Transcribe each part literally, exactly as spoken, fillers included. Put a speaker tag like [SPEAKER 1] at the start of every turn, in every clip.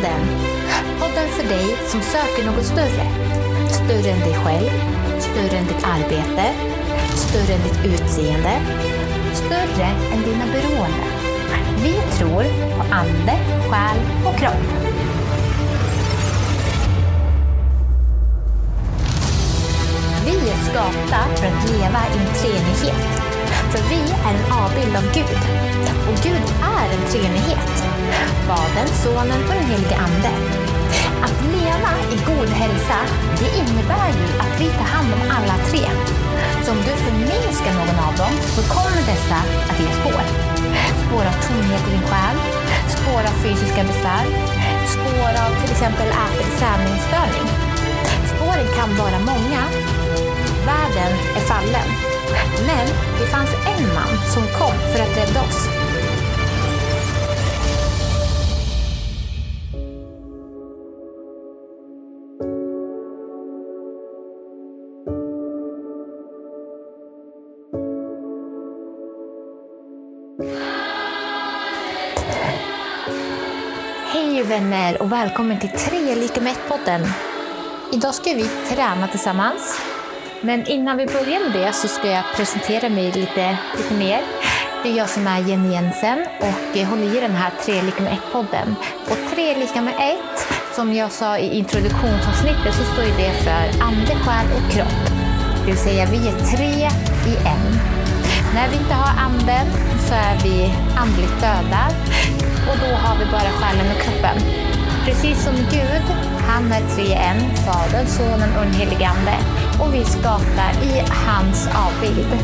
[SPEAKER 1] Andepodden. Podden för dig som söker något större. Större än dig själv, större än ditt arbete, större än ditt utseende, större än dina beroenden. Vi tror på ande, själ och kropp. Vi är skapta för att leva i en treenighet. För vi är en avbild av Gud. Och Gud är en treenighet. Fadern, Sonen och den helige Ande. Att leva i god hälsa, det innebär ju att vi tar hand om alla tre. Så om du förminskar någon av dem så kommer dessa att ge spår. Spår av tomhet i din själ, spår av fysiska besvär, spår av till exempel äter träningsstörning. Spåren kan vara många. Världen är fallen. Men det fanns en man som kom för att rädda oss. Hej vänner och välkommen till tre lika med ett-podden. Idag ska vi träna tillsammans. Men innan vi börjar med det så ska jag presentera mig lite, lite mer. Det är jag som är Jenny Jensen och håller i den här tre lika med ett-podden. Och tre lika med ett, som jag sa i introduktionsavsnittet, så står det för ande, själ och kropp. Det vill säga vi är tre i en. När vi inte har anden så är vi andligt döda. Och då har vi bara själen och kroppen. Precis som Gud, han är tre i en, Fadern, Sonen och den helige Ande. Och vi skapar i hans avbild.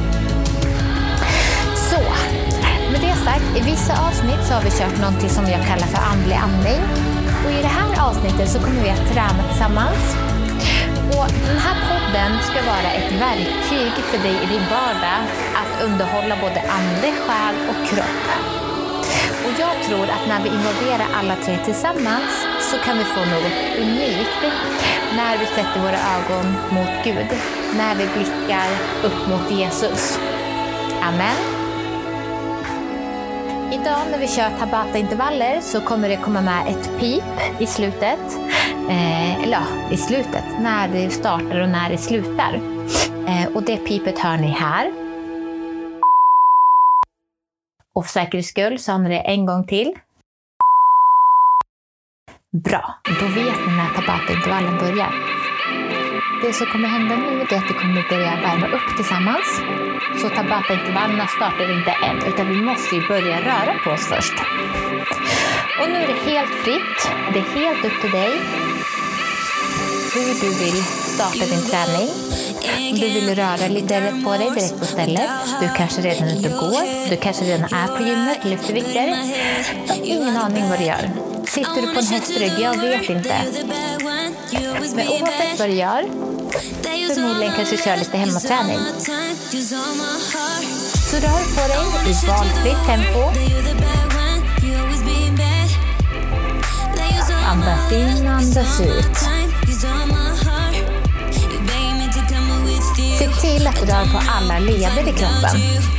[SPEAKER 1] Så, med det sagt, i vissa avsnitt så har vi kört någonting som jag kallar för andlig andning. Och i det här avsnittet så kommer vi att träna tillsammans. Och den här podden ska vara ett verktyg för dig i din vardag att underhålla både ande, själ och kropp. Och jag tror att när vi involverar alla tre tillsammans så kan vi få något unikt när vi sätter våra ögon mot Gud. När vi blickar upp mot Jesus. Amen. Idag när vi kör Tabata-intervaller så kommer det komma med ett pip i slutet. Eh, eller ja, i slutet. När det startar och när det slutar. Eh, och det pipet hör ni här. Och för säkerhets skull så har ni det en gång till. Bra, då vet ni när Tabata-intervallen börjar. Det som kommer hända nu är att vi kommer börja värma upp tillsammans. Så Tabata-intervallerna startar inte än, utan vi måste ju börja röra på oss först. Och nu är det helt fritt, det är helt upp till dig hur du vill starta din träning. Om du vill röra lite på dig direkt på stället. Du kanske redan är ute och går. Du kanske redan är på gymmet och lyfter vikter. Jag har ingen aning vad du gör. Sitter du på en hästrygg? Jag vet inte. Men oavsett vad du gör, förmodligen kanske du kör lite hemmaträning. Så rör på dig i valfritt tempo. Andas in, andas ut. Se till att röra på alla leder i kroppen.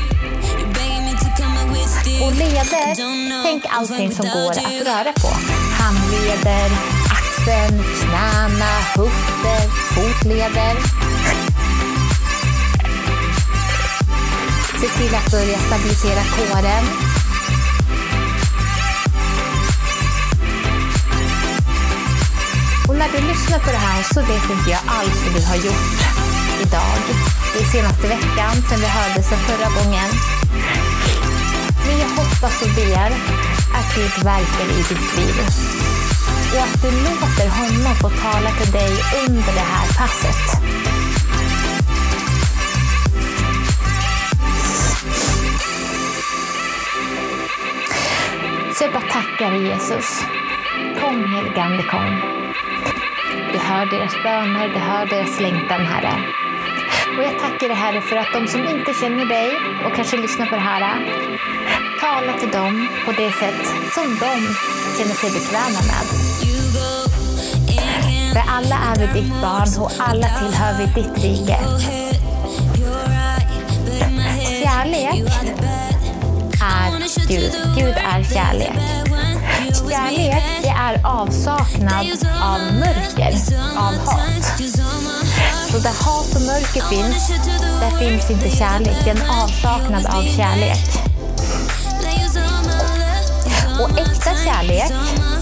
[SPEAKER 1] Och leder, tänk allting som går att röra på. Handleder, axeln, knäna, höfter, fotleder. Se till att börja stabilisera kåren. Och när du lyssnar på det här så vet inte jag alls vad du har gjort idag. Det är senaste veckan sedan vi hörde sen förra gången. Men jag hoppas och ber att Gud verkar i ditt liv. Och att du låter honom få tala till dig under det här passet. Så jag bara tackar Jesus. Kom helige Ande, kom. Du hör deras böner, du hör deras längtan, Herre. Och jag tackar dig, Herre, för att de som inte känner dig och kanske lyssnar på det här, tala till dem på det sätt som de känner sig bekväma med. För alla är vi ditt barn och alla tillhör vi ditt rike. Kärlek är Gud. Gud är kärlek. Kärlek, det är avsaknad av mörker, av hat. Så där hat och mörker finns, där finns inte kärlek. Det är en avsaknad av kärlek. Och äkta kärlek,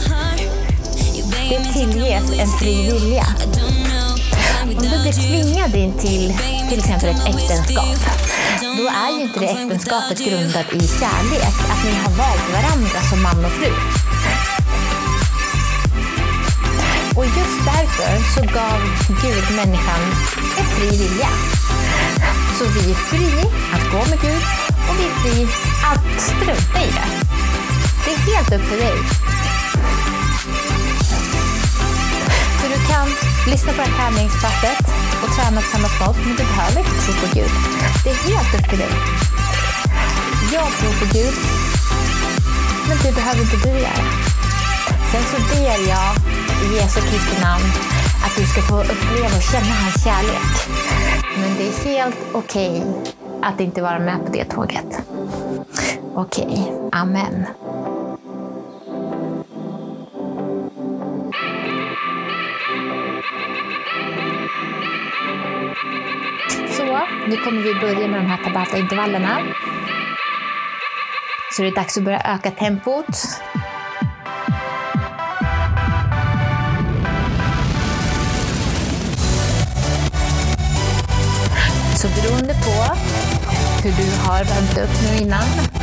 [SPEAKER 1] det tillges en fri vilja. Om du blir tvingad in till till exempel ett äktenskap, då är ju inte det äktenskapet grundat i kärlek, att ni har valt varandra som man och fru. Och just därför så gav Gud människan en fri vilja. Så vi är fri att gå med Gud och vi är fri att strunta i det. Det är helt upp till dig. Så du kan lyssna på det här träningspasset och träna tillsammans med oss, men du behöver inte tro på Gud. Det är helt upp till dig. Jag tror på Gud, men det behöver inte du göra. Sen så ber jag i Jesu Kristi namn att du ska få uppleva och känna hans kärlek. Men det är helt okej att inte vara med på det tåget. Okej, amen. Så, nu kommer vi börja med de här Tabata-intervallerna. Så det är dags att börja öka tempot. Så beroende på hur du har värmt upp nu innan,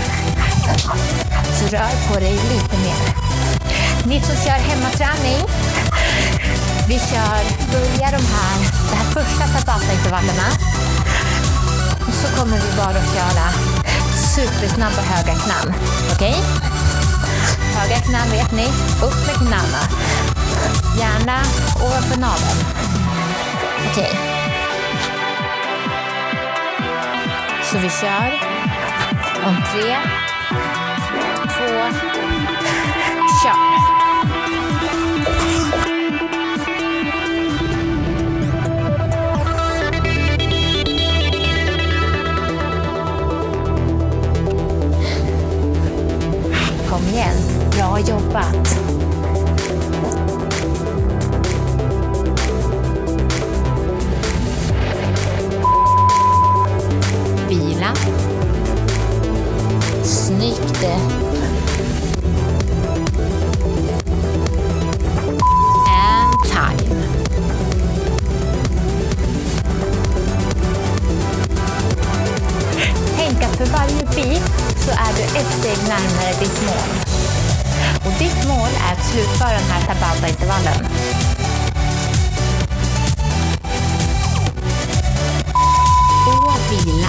[SPEAKER 1] så rör på dig lite mer. Ni som kör hemmaträning, vi kör, börjar de här, de här första Tabata-intervallerna. Och så kommer vi bara att köra supersnabba höga knän. Okej? Okay? Höga knän vet ni, upp med knäna. Gärna ovanför naveln. Okej. Okay. Så vi kör om tre, två, kör. Kom igen, bra jobbat. Vila. Snyggt. And time. Tänk att för varje bit så är du ett steg närmare ditt mål. Och ditt mål är att slutföra den här Tabata-intervallen. Och vila.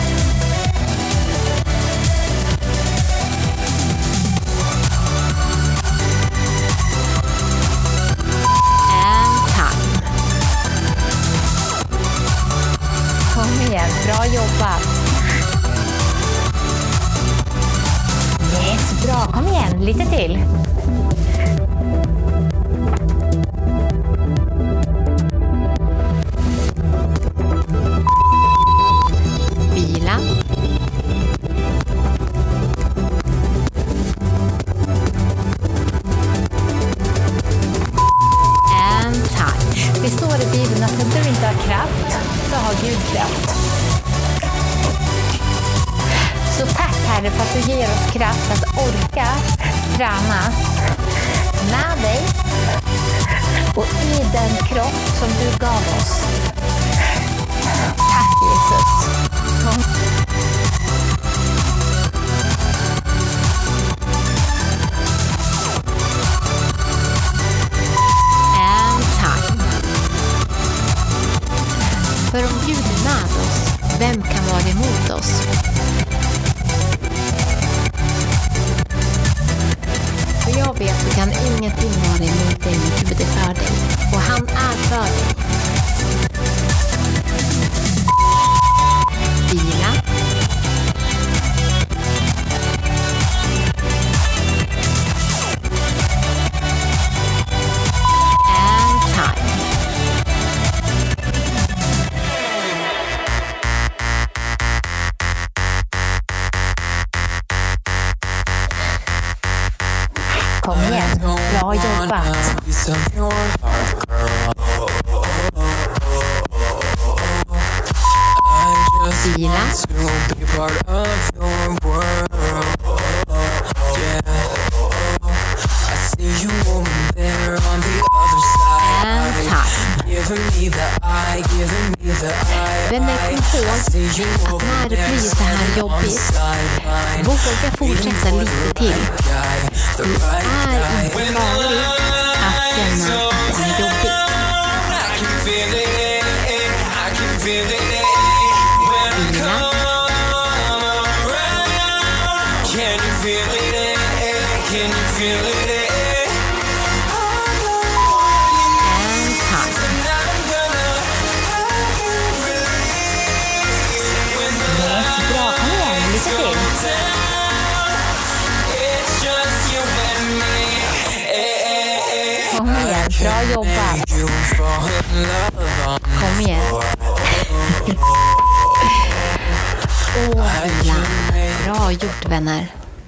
[SPEAKER 1] And time. Kom igen, bra jobbat. Yes, bra, kom igen, lite till. Vila. And time. Det står i Bibeln att när du inte har kraft så har Gud kraft. Så tack Herre för att du ger oss kraft att orka träna med dig och i den kropp som du gav oss. Tack Jesus. Kom. And time. För om Gud är med oss, vem kan vara emot oss? För jag vet att kan ingenting vara emot dig när Gud är för dig. Och han är för dig. Vila. And time. Kom igen, bra jobbat. Vila. Vänner, kom ihåg att när det blir så här jobbigt, våga fortsätta lite till. Det är inte farligt att känna att det är jobbigt. Vila. Kom igen, bra jobbat. Kom igen. Åh, ja. Bra gjort, vänner.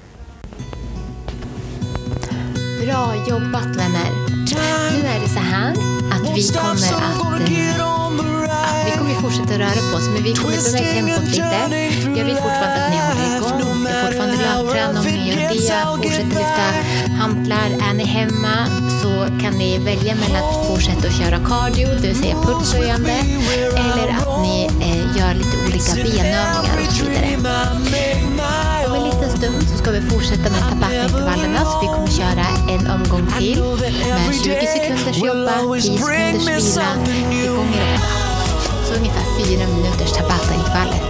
[SPEAKER 1] Bra jobbat, vänner. Nu är det så här att vi kommer att, att vi kommer fortsätta röra på oss, men vi kommer dra i tempot lite. Jag vill fortfarande att ni håller igång. Jag fortfarande löpträna om ni gör det. Fortsätter lyfta hantlar. Är ni hemma så kan ni välja mellan att fortsätta att köra cardio, det vill säga pulshöjande, eller att ni eh, gör lite olika benövningar och så vidare. Om en liten stund så ska vi fortsätta med tabata-intervallerna, så vi kommer köra en omgång till med tjugo sekunders jobba, tio sekunders vila, vi gånger åtta. Så ungefär fyra minuters tabata-intervaller.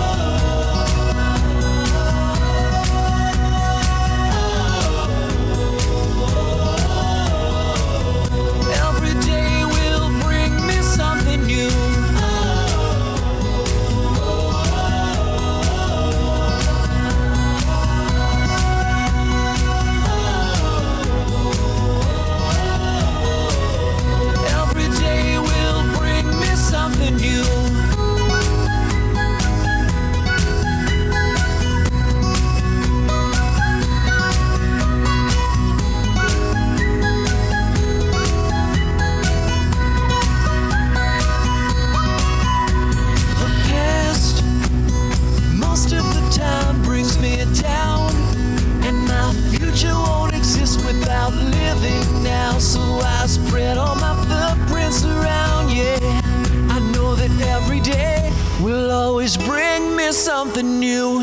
[SPEAKER 2] Something new.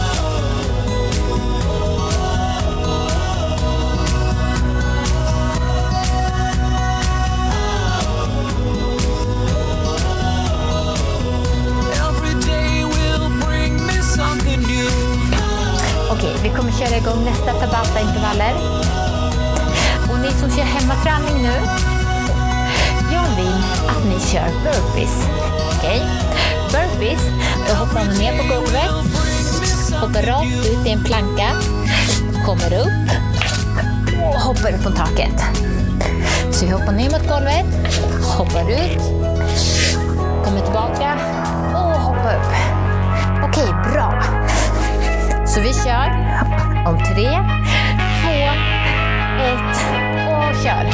[SPEAKER 1] Okej, vi kommer köra igång nästa tabata-intervaller. Och ni som kör hemmaträning nu, jag vill att ni kör burpees. Okej? Burpees, då hoppar man ner på golvet, hoppar rakt ut i en planka, kommer upp och hoppar upp på taket. Så vi hoppar ner mot golvet, hoppar ut, kommer tillbaka och hoppar upp. Okej, bra. Så vi kör om tre, två, ett och kör.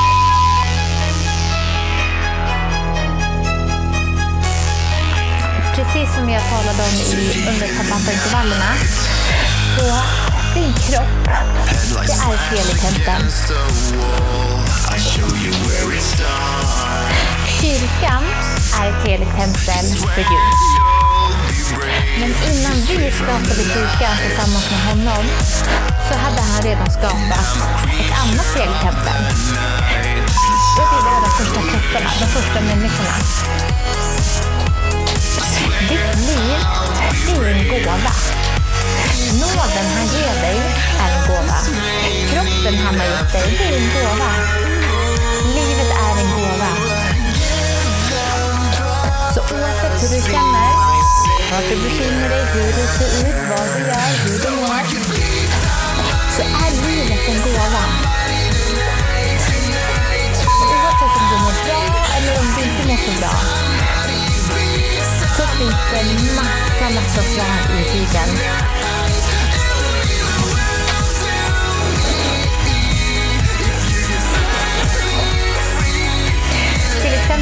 [SPEAKER 1] Precis som jag talade om i under tabata-intervallerna, så din kropp, det är ett heligt tempel. Kyrkan är ett heligt tempel för Gud. Men innan vi skapade kyrkan tillsammans med honom, så hade han redan skapat ett annat heligt tempel. Det var de första kropparna, de första människorna. Ditt liv är en gåva. Nåden han ger dig är en gåva. Kroppen han har gett dig, det är en gåva. Livet är en gåva. Så oavsett hur du känner, var du befinner dig, hur du ser ut, vad du gör, hur du mår, så är livet en gåva. Oavsett om du mår bra eller om du inte mår så bra, så finns det en massa, massa svar i tiden.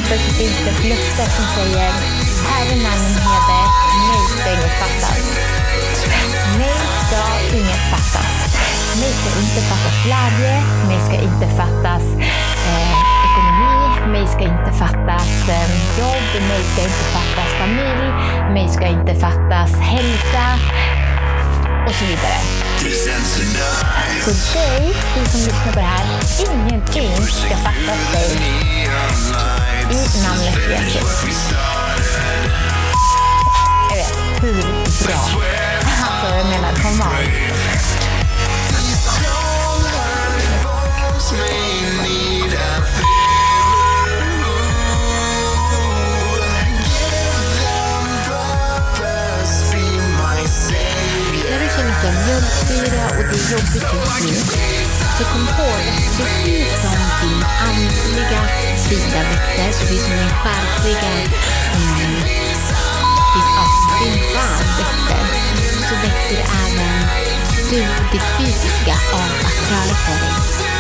[SPEAKER 1] exempel så finns det ett löfte som säger: Herren är min herde, mig ska inget fattas. Mig ska inget fattas. Mig ska inte fattas glädje, mig ska inte fattas eh, ekonomi, mig ska inte fattas eh, jobb, mig ska inte fattas familj, mig ska inte fattas hälsa och så vidare. Så dig, du som lyssnar på det här, ingenting ska fattas dig i namnet Jesus. Jag vet, hur bra. Alltså jag menar, kom on. När du känner att du har mjölksyra och det är jobbigt just nu, så kom ihåg att precis som din andliga sida växer, precis som din själsliga mm, din, ja, din själ växer, så växer även du det fysiska av att röra på dig.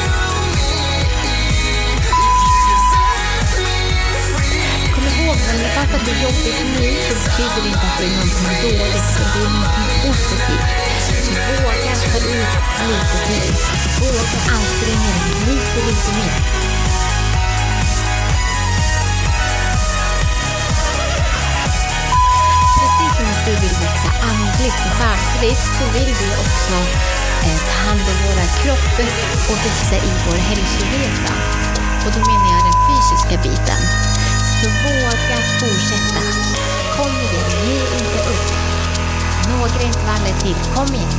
[SPEAKER 1] Kom ihåg, men det fast att det är jobbigt nu så betyder det inte att det är någonting dåligt, utan det är någonting positivt. Så våga ta ut lite till. Våga anstränga dig lite, lite mer. Precis som att du vill växa andligt och själsligt så vill vi också eh, ta hand om våra kroppar och växa i vår hälsoresa. Och då menar jag den fysiska biten. Så våga fortsätta. Kom igen, ge inte upp. Några intervaller till, kom igen.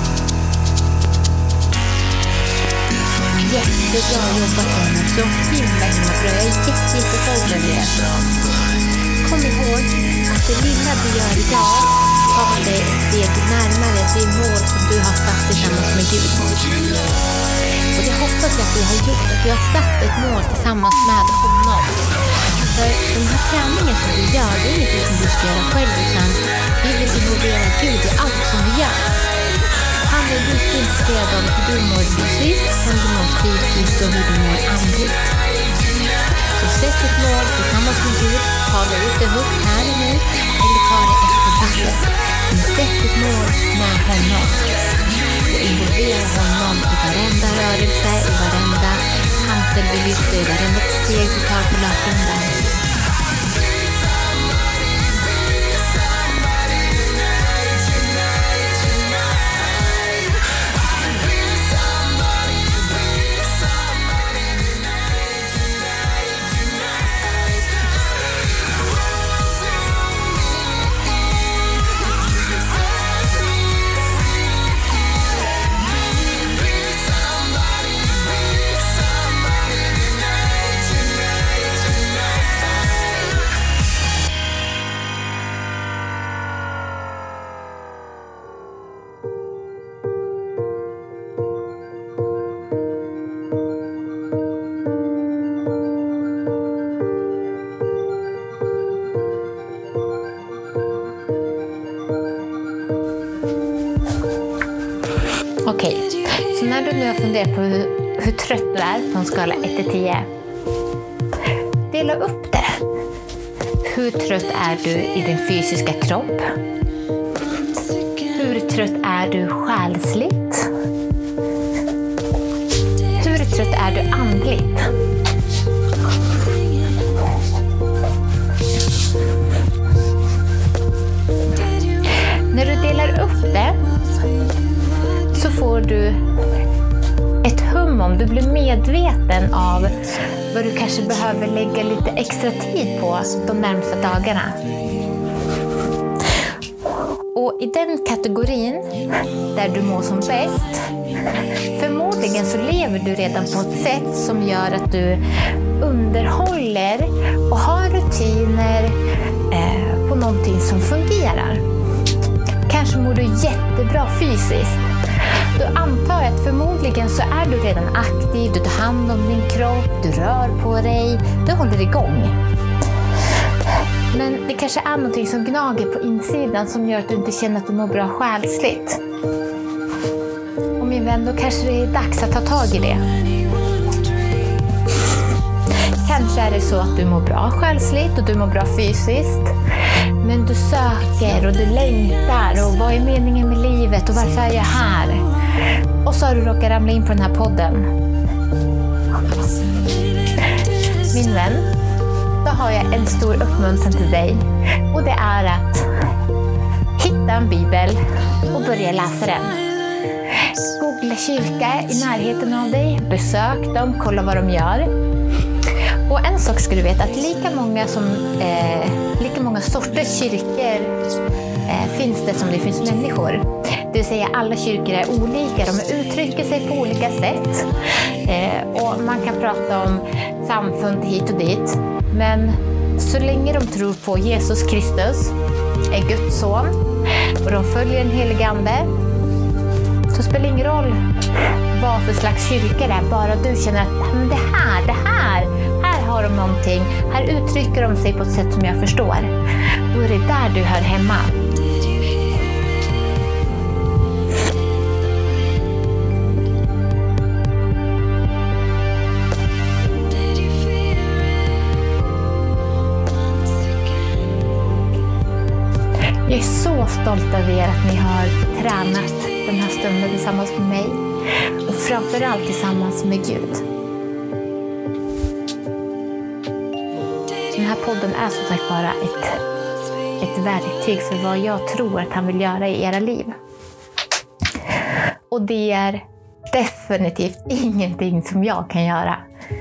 [SPEAKER 1] Jättebra jobbat Anna, så himla himla bra. Jag är jätte, jättestolt över det. Kom ihåg att det lilla du gör idag tar dig ett steg närmare det mål som du har satt tillsammans med Gud. Och det hoppas jag att du har gjort, att du har satt ett mål tillsammans med honom. För den här träningen som du gör, det är inget som du ska göra själv, utan vi vill involvera Gud i allt som vi gör. Han är lika intresserad av hur du mår fysiskt, som du mår fysiskt och hur du mår andligt. Så sätt ett mål tillsammans med Gud, ta det ut det högt här och nu, eller ta det efter passet. Men sätt ett mål med honom. Och involvera honom i varenda rörelse, i varenda hantel vi lyfter, i varenda steg vi tar på löpningen. Okej, så när du nu har funderat på hur, hur trött du är på en skala ett till tio, dela upp det. Hur trött är du i din fysiska kropp? Hur trött är du själsligt? Hur trött är du andligt? När du delar upp det så får du ett hum om, du blir medveten av vad du kanske behöver lägga lite extra tid på de närmaste dagarna. Och i den kategorin där du mår som bäst, förmodligen så lever du redan på ett sätt som gör att du underhåller och har rutiner eh, på någonting som fungerar. Kanske mår du jättebra fysiskt. Då antar jag att förmodligen så är du redan aktiv, du tar hand om din kropp, du rör på dig, du håller igång. Men det kanske är någonting som gnager på insidan som gör att du inte känner att du mår bra själsligt. Och min vän, då kanske det är dags att ta tag i det. Kanske är det så att du mår bra själsligt och du mår bra fysiskt. Men du söker och du längtar och vad är meningen med livet och varför är jag här? Och så har du råkat ramla in på den här podden. Min vän, då har jag en stor uppmuntran till dig. Och det är att hitta en bibel och börja läsa den. Googla kyrka i närheten av dig, besök dem, kolla vad de gör. Och en sak ska du veta, att lika många, som, eh, lika många sorters kyrkor eh, finns det som det finns människor. Det vill säga alla kyrkor är olika, de uttrycker sig på olika sätt. Eh, och man kan prata om samfund hit och dit. Men så länge de tror på Jesus Kristus, är Guds son, och de följer den helige ande, så spelar det ingen roll vad för slags kyrka det är. Bara du känner att men det här, det här, här har de någonting. Här uttrycker de sig på ett sätt som jag förstår. Då är det där du hör hemma. Jag är så stolt över er att ni har tränat den här stunden tillsammans med mig och framförallt tillsammans med Gud. Den här podden är som sagt bara ett, ett verktyg för vad jag tror att han vill göra i era liv. Och det är definitivt ingenting som jag kan göra.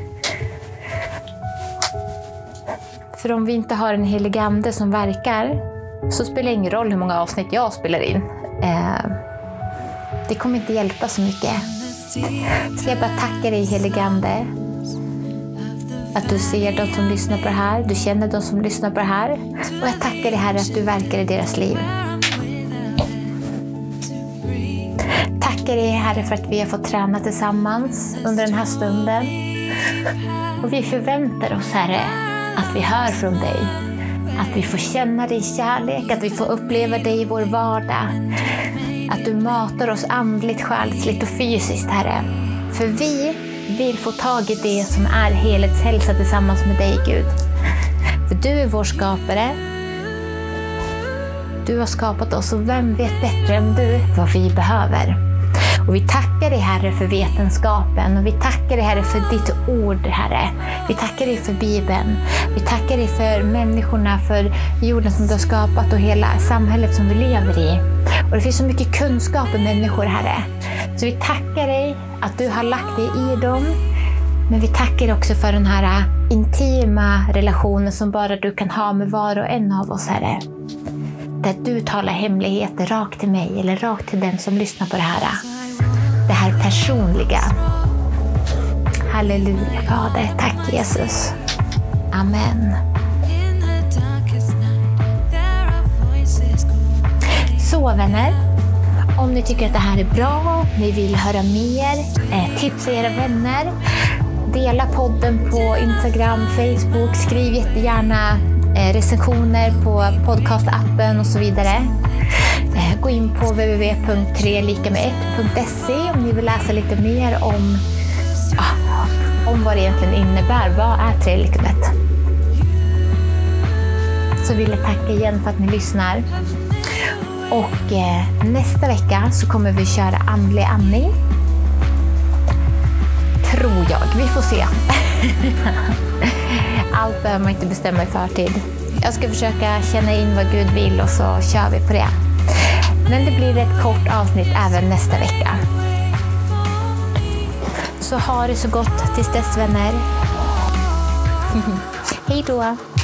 [SPEAKER 1] För om vi inte har en helig ande som verkar, så spelar det ingen roll hur många avsnitt jag spelar in. Eh, det kommer inte hjälpa så mycket. Så jag bara tackar dig, helige ande, att du ser de som lyssnar på det här. Du känner de som lyssnar på det här. Och jag tackar dig, Herre, att du verkar i deras liv. Tackar dig, Herre, för att vi har fått träna tillsammans under den här stunden. Och vi förväntar oss, Herre, att vi hör från dig. Att vi får känna dig kärlek, att vi får uppleva dig i vår vardag. Att du matar oss andligt, själsligt och fysiskt, Herre. För vi vill få tag i det som är helhetshälsa tillsammans med dig, Gud. För du är vår skapare. Du har skapat oss och vem vet bättre än du vad vi behöver. Och vi tackar dig, Herre, för vetenskapen. Och vi tackar dig, Herre, för ditt ord, Herre. Vi tackar dig för Bibeln. Vi tackar dig för människorna, för jorden som du har skapat och hela samhället som vi lever i. Och det finns så mycket kunskap i människor, Herre. Så vi tackar dig att du har lagt dig i dem. Men vi tackar dig också för den här intima relationen som bara du kan ha med var och en av oss, Herre. Där du talar hemligheter rakt till mig eller rakt till den som lyssnar på det här. Det här personliga. Halleluja, Fader. Tack, Jesus. Amen. Så, vänner. Om ni tycker att det här är bra, ni vill höra mer, eh, tipsa era vänner. Dela podden på Instagram, Facebook. Skriv jättegärna eh, recensioner på podcastappen och så vidare. Gå in på w w w punkt tre lika med ett punkt se om ni vill läsa lite mer om, ah, om vad det egentligen innebär. Vad är tre lika med ett? Så vill jag tacka igen för att ni lyssnar. Och eh, nästa vecka så kommer vi köra andlig andning. Tror jag. Vi får se. Allt behöver man inte bestämma i förtid. Jag ska försöka känna in vad Gud vill och så kör vi på det. Men det blir ett kort avsnitt även nästa vecka. Så ha det så gott tills dess, vänner. Hej då!